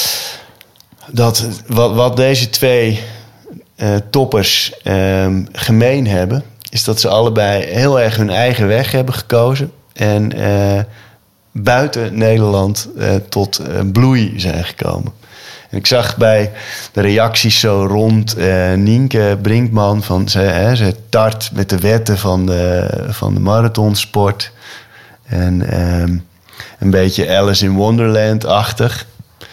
Dat, wat, wat deze twee uh, toppers uh, gemeen hebben... is dat ze allebei heel erg hun eigen weg hebben gekozen... en uh, buiten Nederland uh, tot uh, bloei zijn gekomen. En ik zag bij de reacties zo rond uh, Nienke Brinkman... van ze, hè, ze tart met de wetten van de, van de marathonsport. En um, een beetje Alice in Wonderland-achtig.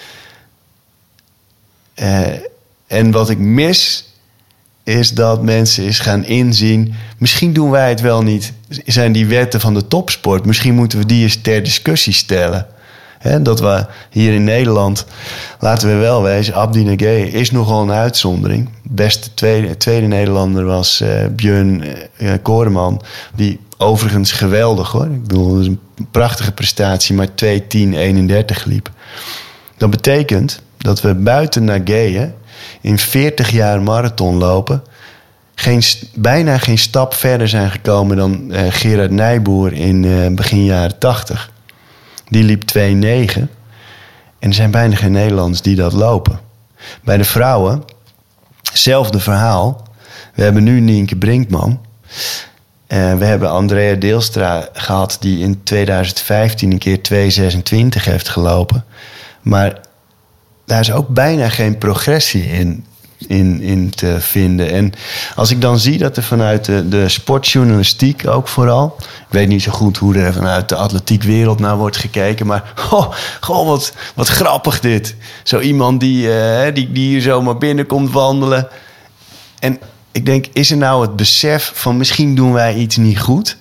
Uh, en wat ik mis... is dat mensen eens gaan inzien... misschien doen wij het wel niet... zijn die wetten van de topsport... misschien moeten we die eens ter discussie stellen. He, dat we hier in Nederland... laten we wel wezen... Abdi Nageye is nogal een uitzondering. De beste tweede, tweede Nederlander was uh, Björn uh, Koreman... die overigens geweldig hoor... ik bedoel, dat is een prachtige prestatie... maar twee tien eenendertig liep. Dat betekent dat we buiten Nageye... in veertig jaar marathon lopen... geen, bijna geen stap verder zijn gekomen dan uh, Gerard Nijboer in uh, begin jaren tachtig. Die liep twee negen. En er zijn bijna geen Nederlanders die dat lopen. Bij de vrouwen, hetzelfde verhaal. We hebben nu Nienke Brinkman. Uh, we hebben Andrea Deelstra gehad die in tweeduizend vijftien een keer twee zesentwintig heeft gelopen. Maar daar is ook bijna geen progressie in, in, in te vinden. En als ik dan zie dat er vanuit de, de sportjournalistiek ook vooral... Ik weet niet zo goed hoe er vanuit de atletiekwereld naar wordt gekeken. Maar oh, goh, wat, wat grappig dit. Zo iemand die, uh, die, die hier zomaar binnenkomt wandelen. En ik denk, is er nou het besef van misschien doen wij iets niet goed?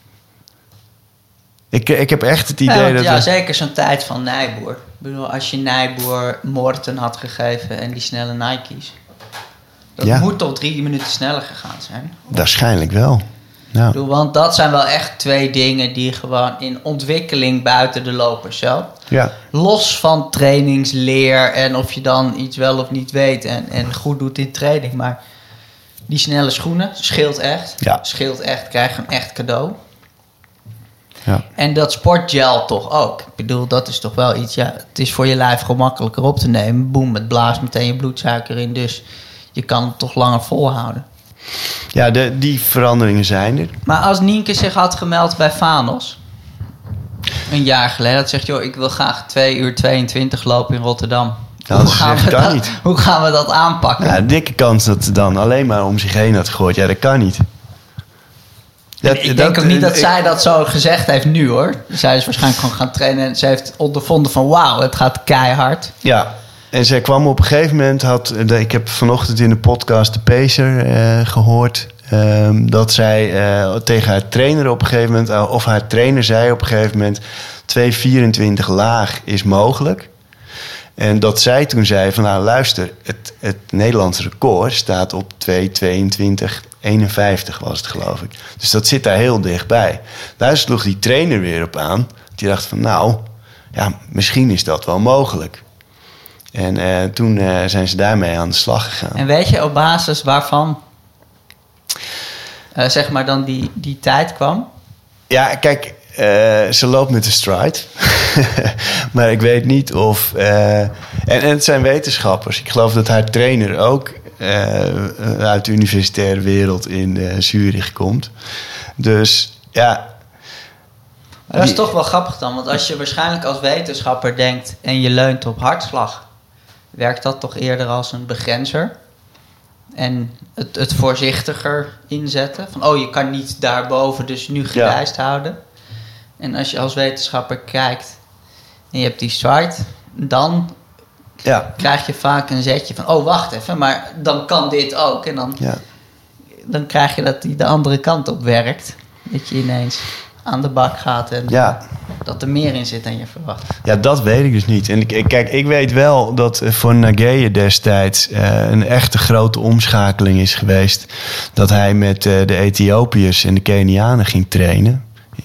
Ik, ik heb echt het idee ja, want, dat... Ja, we... zeker zo'n tijd van Nijboer. Ik bedoel, als je Nijboer Morten had gegeven en die snelle Nike's. Dat ja. moet toch drie minuten sneller gegaan zijn? Waarschijnlijk wel. Ja. Ik bedoel, want dat zijn wel echt twee dingen die gewoon in ontwikkeling buiten de lopers zelf. Ja. Los van trainingsleer en of je dan iets wel of niet weet en, en goed doet in training. Maar die snelle schoenen scheelt echt. Ja. Scheelt echt, krijg je een echt cadeau. Ja. En dat sportgel toch ook. Ik bedoel, dat is toch wel iets... Ja, het is voor je lijf gemakkelijker op te nemen. Boem, het blaast meteen je bloedsuiker in. Dus je kan het toch langer volhouden. Ja, de, die veranderingen zijn er. Maar als Nienke zich had gemeld bij Vanos... een jaar geleden... dat zegt, joh, ik wil graag twee uur tweeëntwintig lopen in Rotterdam. Nou, hoe, gaan we kan dat, niet. hoe gaan we dat aanpakken? Ja, dikke kans dat het dan alleen maar om zich heen had gegooid. Ja, dat kan niet. Dat, ik denk dat, ook niet dat ik, zij dat zo gezegd heeft nu, hoor. Zij is waarschijnlijk gewoon gaan trainen... en ze heeft ondervonden van... wauw, het gaat keihard. Ja, en zij kwam op een gegeven moment... Had, ik heb vanochtend in de podcast de Pacer uh, gehoord... Um, dat zij uh, tegen haar trainer op een gegeven moment... Uh, of haar trainer zei op een gegeven moment... twee vierentwintig laag is mogelijk. En dat zij toen zei van... nou luister, het, het Nederlandse record staat op twee tweeëntwintig eenenvijftig was het, geloof ik. Dus dat zit daar heel dichtbij. Daar sloeg die trainer weer op aan. Die dacht van, nou, ja, misschien is dat wel mogelijk. En uh, toen uh, zijn ze daarmee aan de slag gegaan. En weet je op basis waarvan, uh, zeg maar, dan die, die tijd kwam? Ja, kijk, uh, ze loopt met de stride. Maar ik weet niet of... Uh, en, en het zijn wetenschappers. Ik geloof dat haar trainer ook... Uh, uit de universitaire wereld in uh, Zurich komt. Dus ja... Dat is die... toch wel grappig dan. Want als je waarschijnlijk als wetenschapper denkt... en je leunt op hartslag... werkt dat toch eerder als een begrenzer. En het, het voorzichtiger inzetten. Van, oh, je kan niet daarboven, dus nu gedijst ja. houden. En als je als wetenschapper kijkt... en je hebt die stride... dan... Ja. krijg je vaak een zetje van... oh, wacht even, maar dan kan dit ook. En dan, ja. dan krijg je dat die de andere kant op werkt. Dat je ineens aan de bak gaat... en ja. dat er meer in zit dan je verwacht. Ja, dat weet ik dus niet. En ik, kijk, ik weet wel dat voor Nageye destijds... Uh, een echte grote omschakeling is geweest... dat hij met uh, de Ethiopiërs en de Kenianen ging trainen...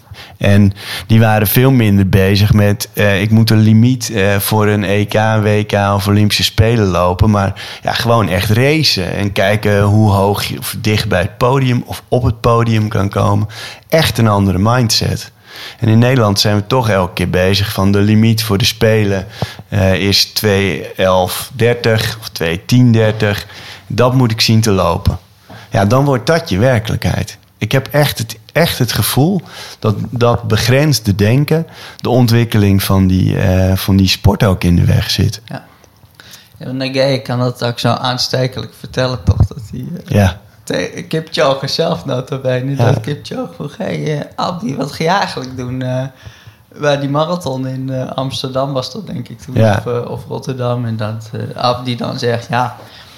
En die waren veel minder bezig met... Uh, ik moet een limiet uh, voor een E K, W K of Olympische Spelen lopen. Maar ja, gewoon echt racen. En kijken hoe hoog je of dicht bij het podium of op het podium kan komen. Echt een andere mindset. En in Nederland zijn we toch elke keer bezig van... de limiet voor de Spelen uh, is twee elf dertig of twee tien dertig. Dat moet ik zien te lopen. Ja, dan wordt dat je werkelijkheid. Ik heb echt het, echt het gevoel dat dat begrensde denken... de ontwikkeling van die, uh, van die sport ook in de weg zit. Ja. Ja, Nageye kan dat ook zo aanstekelijk vertellen, toch? Dat hij, uh, ja. Te- Kipchoge zelf nota bene. Ja. Dat Kipchoge vroeg... Hé, hey, uh, Abdi, wat ga je eigenlijk doen? Uh, bij die marathon in uh, Amsterdam was dat, denk ik, toen. Ja. Of, uh, of Rotterdam. En dat uh, Abdi dan zegt... Ja,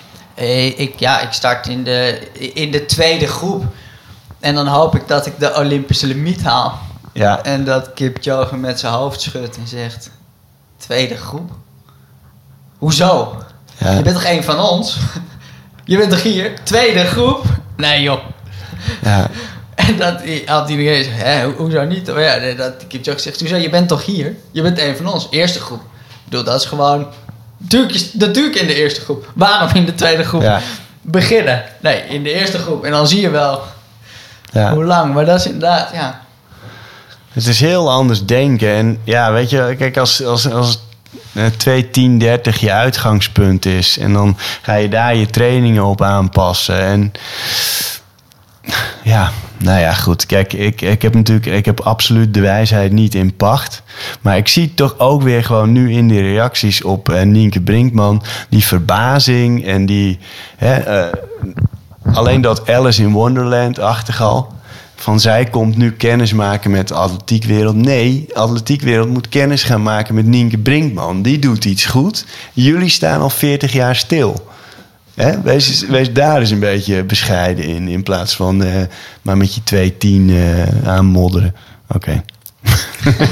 ik, ja, ik start in de, in de tweede groep... En dan hoop ik dat ik de Olympische limiet haal. Ja. En dat Kipchoge met zijn hoofd schudt en zegt... Tweede groep? Hoezo? Ja. Je bent toch één van ons? Je bent toch hier? Tweede groep? Nee joh. Ja. En dat had iedereen gezegd... Hè, ho- hoezo niet? Oh ja, dat Kipchoge zegt... Hoezo? Je bent toch hier? Je bent één van ons. Eerste groep. Ik bedoel, dat is gewoon... Natuurlijk, natuurlijk in de eerste groep. Waarom in de tweede groep? Ja. beginnen. Nee, in de eerste groep. En dan zie je wel Ja. hoe lang. Maar dat is inderdaad, ja. Het is heel anders denken. En ja, weet je, kijk, als, als, als twee tien dertig je uitgangspunt is... en dan ga je daar je trainingen op aanpassen. En ja, nou ja, goed. Kijk, ik, ik heb natuurlijk ik heb absoluut de wijsheid niet in pacht. Maar ik zie toch ook weer gewoon nu in de reacties op uh, Nienke Brinkman... die verbazing en die... Hè, uh, alleen dat Alice in Wonderland-achtig al... van zij komt nu kennis maken met de atletiekwereld. Nee, de atletiekwereld moet kennis gaan maken met Nienke Brinkman. Die doet iets goed. Jullie staan al veertig jaar stil. Hè? Wees, wees daar eens een beetje bescheiden in. In plaats van uh, maar met je twee tien uh, aanmodderen. Oké. Okay.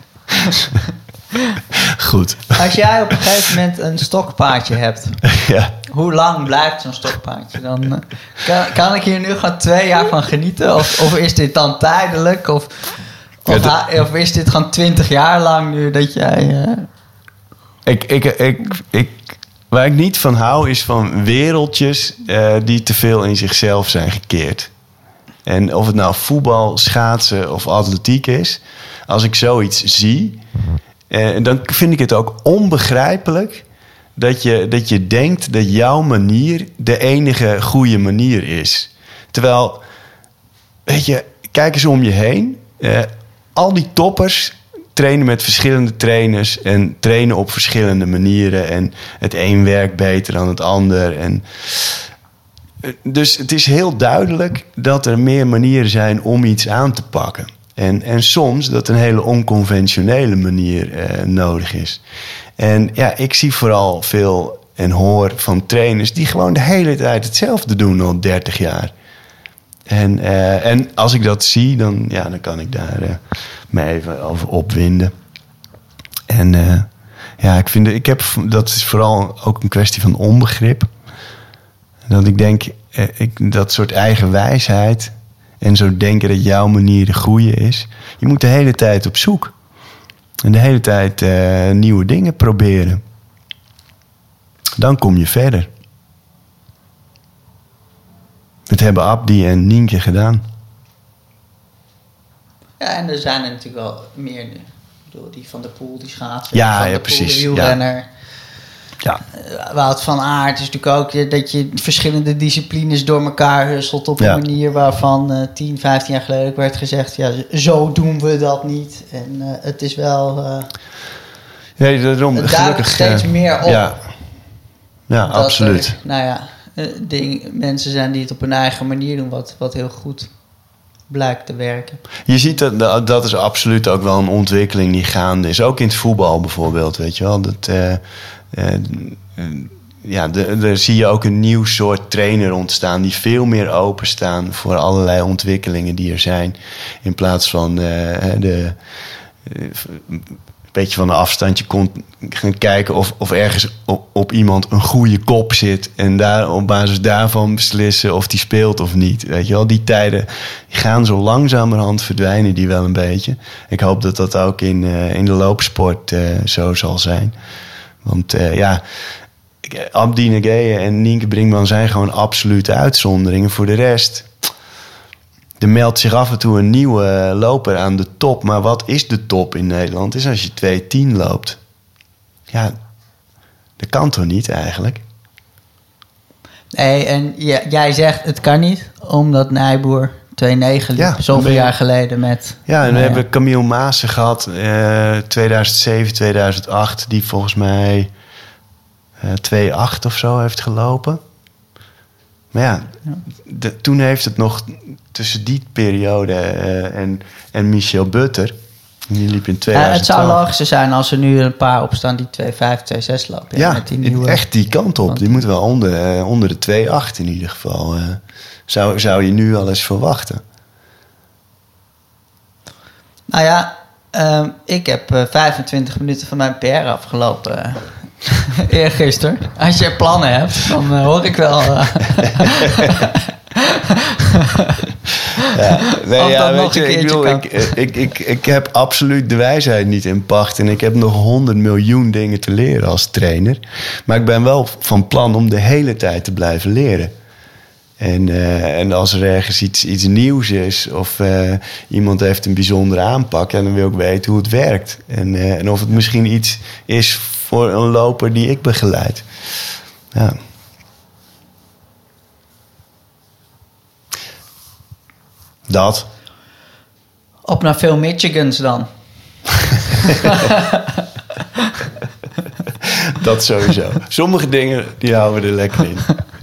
Goed. Als jij op een gegeven moment een stokpaardje hebt... ja. Hoe lang blijft zo'n stokpaardje? Dan, uh, kan, kan ik hier nu gewoon twee jaar van genieten? Of, of is dit dan tijdelijk? Of, of, ja, de, of is dit gewoon twintig jaar lang nu dat jij... Uh... Ik, ik, ik, ik, waar ik niet van hou is van wereldjes uh, die te veel in zichzelf zijn gekeerd. En of het nou voetbal, schaatsen of atletiek is... als ik zoiets zie... Uh, dan vind ik het ook onbegrijpelijk... Dat je, dat je denkt dat jouw manier de enige goede manier is. Terwijl, weet je, kijk eens om je heen. Uh, al die toppers trainen met verschillende trainers... en trainen op verschillende manieren. En het een werkt beter dan het ander. En, uh, dus het is heel duidelijk dat er meer manieren zijn om iets aan te pakken. En, en soms dat een hele onconventionele manier uh, nodig is. En ja, ik zie vooral veel en hoor van trainers... die gewoon de hele tijd hetzelfde doen al dertig jaar. En, uh, en als ik dat zie, dan, ja, dan kan ik daar uh, me even over opwinden. En uh, ja, ik vind... Ik heb, dat is vooral ook een kwestie van onbegrip. Dat ik denk, uh, ik, dat soort eigen wijsheid... en zo denken dat jouw manier de goede is... je moet de hele tijd op zoek... En de hele tijd uh, nieuwe dingen proberen. Dan kom je verder. Dat hebben Abdi en Nienke gedaan. Ja, en er zijn er natuurlijk wel meer nu. Ik bedoel, die Van der Poel, die schaatsen. Ja, van ja, der precies. Poel, de wielrenner. Ja. Ja. Uh, Wout van Aert is natuurlijk ook dat je verschillende disciplines door elkaar husselt op een ja. manier waarvan uh, tien, vijftien jaar geleden werd gezegd, ja, zo doen we dat niet. En uh, het is wel uh, nee, daarom, het duikt steeds uh, meer op. Ja, ja absoluut. Er, nou ja, uh, ding, mensen zijn die het op hun eigen manier doen, wat, wat heel goed blijkt te werken. Je ziet dat, dat is absoluut ook wel een ontwikkeling die gaande is. Ook in het voetbal bijvoorbeeld, weet je wel. Dat... Uh, Uh, uh, ja, daar zie je ook een nieuw soort trainer ontstaan... die veel meer openstaan voor allerlei ontwikkelingen die er zijn. In plaats van uh, de, uh, een beetje van een afstandje kon gaan kijken... of, of ergens op, op iemand een goede kop zit... en daar, op basis daarvan beslissen of die speelt of niet. Weet je wel, die tijden die gaan zo langzamerhand verdwijnen die wel een beetje. Ik hoop dat dat ook in, uh, in de loopsport uh, zo zal zijn... Want uh, ja, Abdi Negeye en Nienke Brinkman zijn gewoon absolute uitzonderingen. Voor de rest, er meldt zich af en toe een nieuwe loper aan de top. Maar wat is de top in Nederland? Is als je twee tien loopt. Ja, dat kan toch niet eigenlijk? Nee, en j- jij zegt het kan niet, omdat Nijboer twee negen liep, ja, zoveel je... jaar geleden met... Ja, en we nou hebben ja. Camille Maassen gehad, uh, tweeduizend zeven, tweeduizend acht... die volgens mij uh, twee acht of zo heeft gelopen. Maar ja, ja. De, toen heeft het nog tussen die periode uh, en, en Michel Butter... die liep in tweeduizend twaalf. Ja, het zou logischer zijn als er nu een paar opstaan die twee vijf, twee zes lopen. Ja, met die nieuwe... echt die kant op. Die moet wel onder, uh, onder de twee acht in ieder geval. Uh, zou, zou je nu al eens verwachten. Nou ja, uh, ik heb uh, vijfentwintig minuten van mijn P R afgelopen uh, eergisteren. Als je plannen hebt, dan uh, hoor ik wel. Uh. Ja, nee, Of ja, dat weet nog je, een ik, keertje bedoel, kan. ik, ik, ik, ik heb absoluut de wijsheid niet in pacht. En ik heb nog honderd miljoen dingen te leren als trainer. Maar ik ben wel van plan om de hele tijd te blijven leren. En, uh, en als er ergens iets, iets nieuws is of uh, iemand heeft een bijzondere aanpak, en dan wil ik weten hoe het werkt. En, uh, en of het misschien iets is voor een loper die ik begeleid. Ja. Dat. Op naar veel Michigans dan. Dat sowieso. Sommige dingen die houden we er lekker in.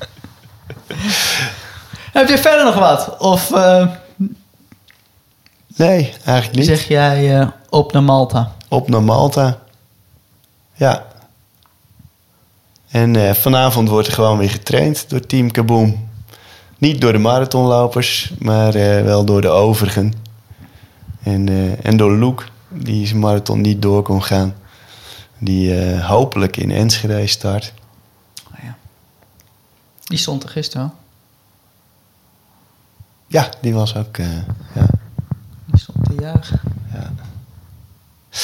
Heb je verder nog wat? Of uh, Nee, eigenlijk niet. zeg jij uh, op naar Malta? Op naar Malta. Ja. En uh, vanavond wordt er gewoon weer getraind door Team Kaboom. Niet door de marathonlopers, maar uh, wel door de overigen. En, uh, en door Luke, die zijn marathon niet door kon gaan. Die uh, hopelijk in Enschede start. Oh ja. Die stond er gisteren wel. Ja, die was ook... Uh, ja. Die stond te juichen. Ja.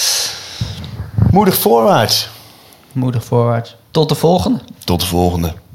Moedig voorwaarts. Moedig voorwaarts. Tot de volgende. Tot de volgende.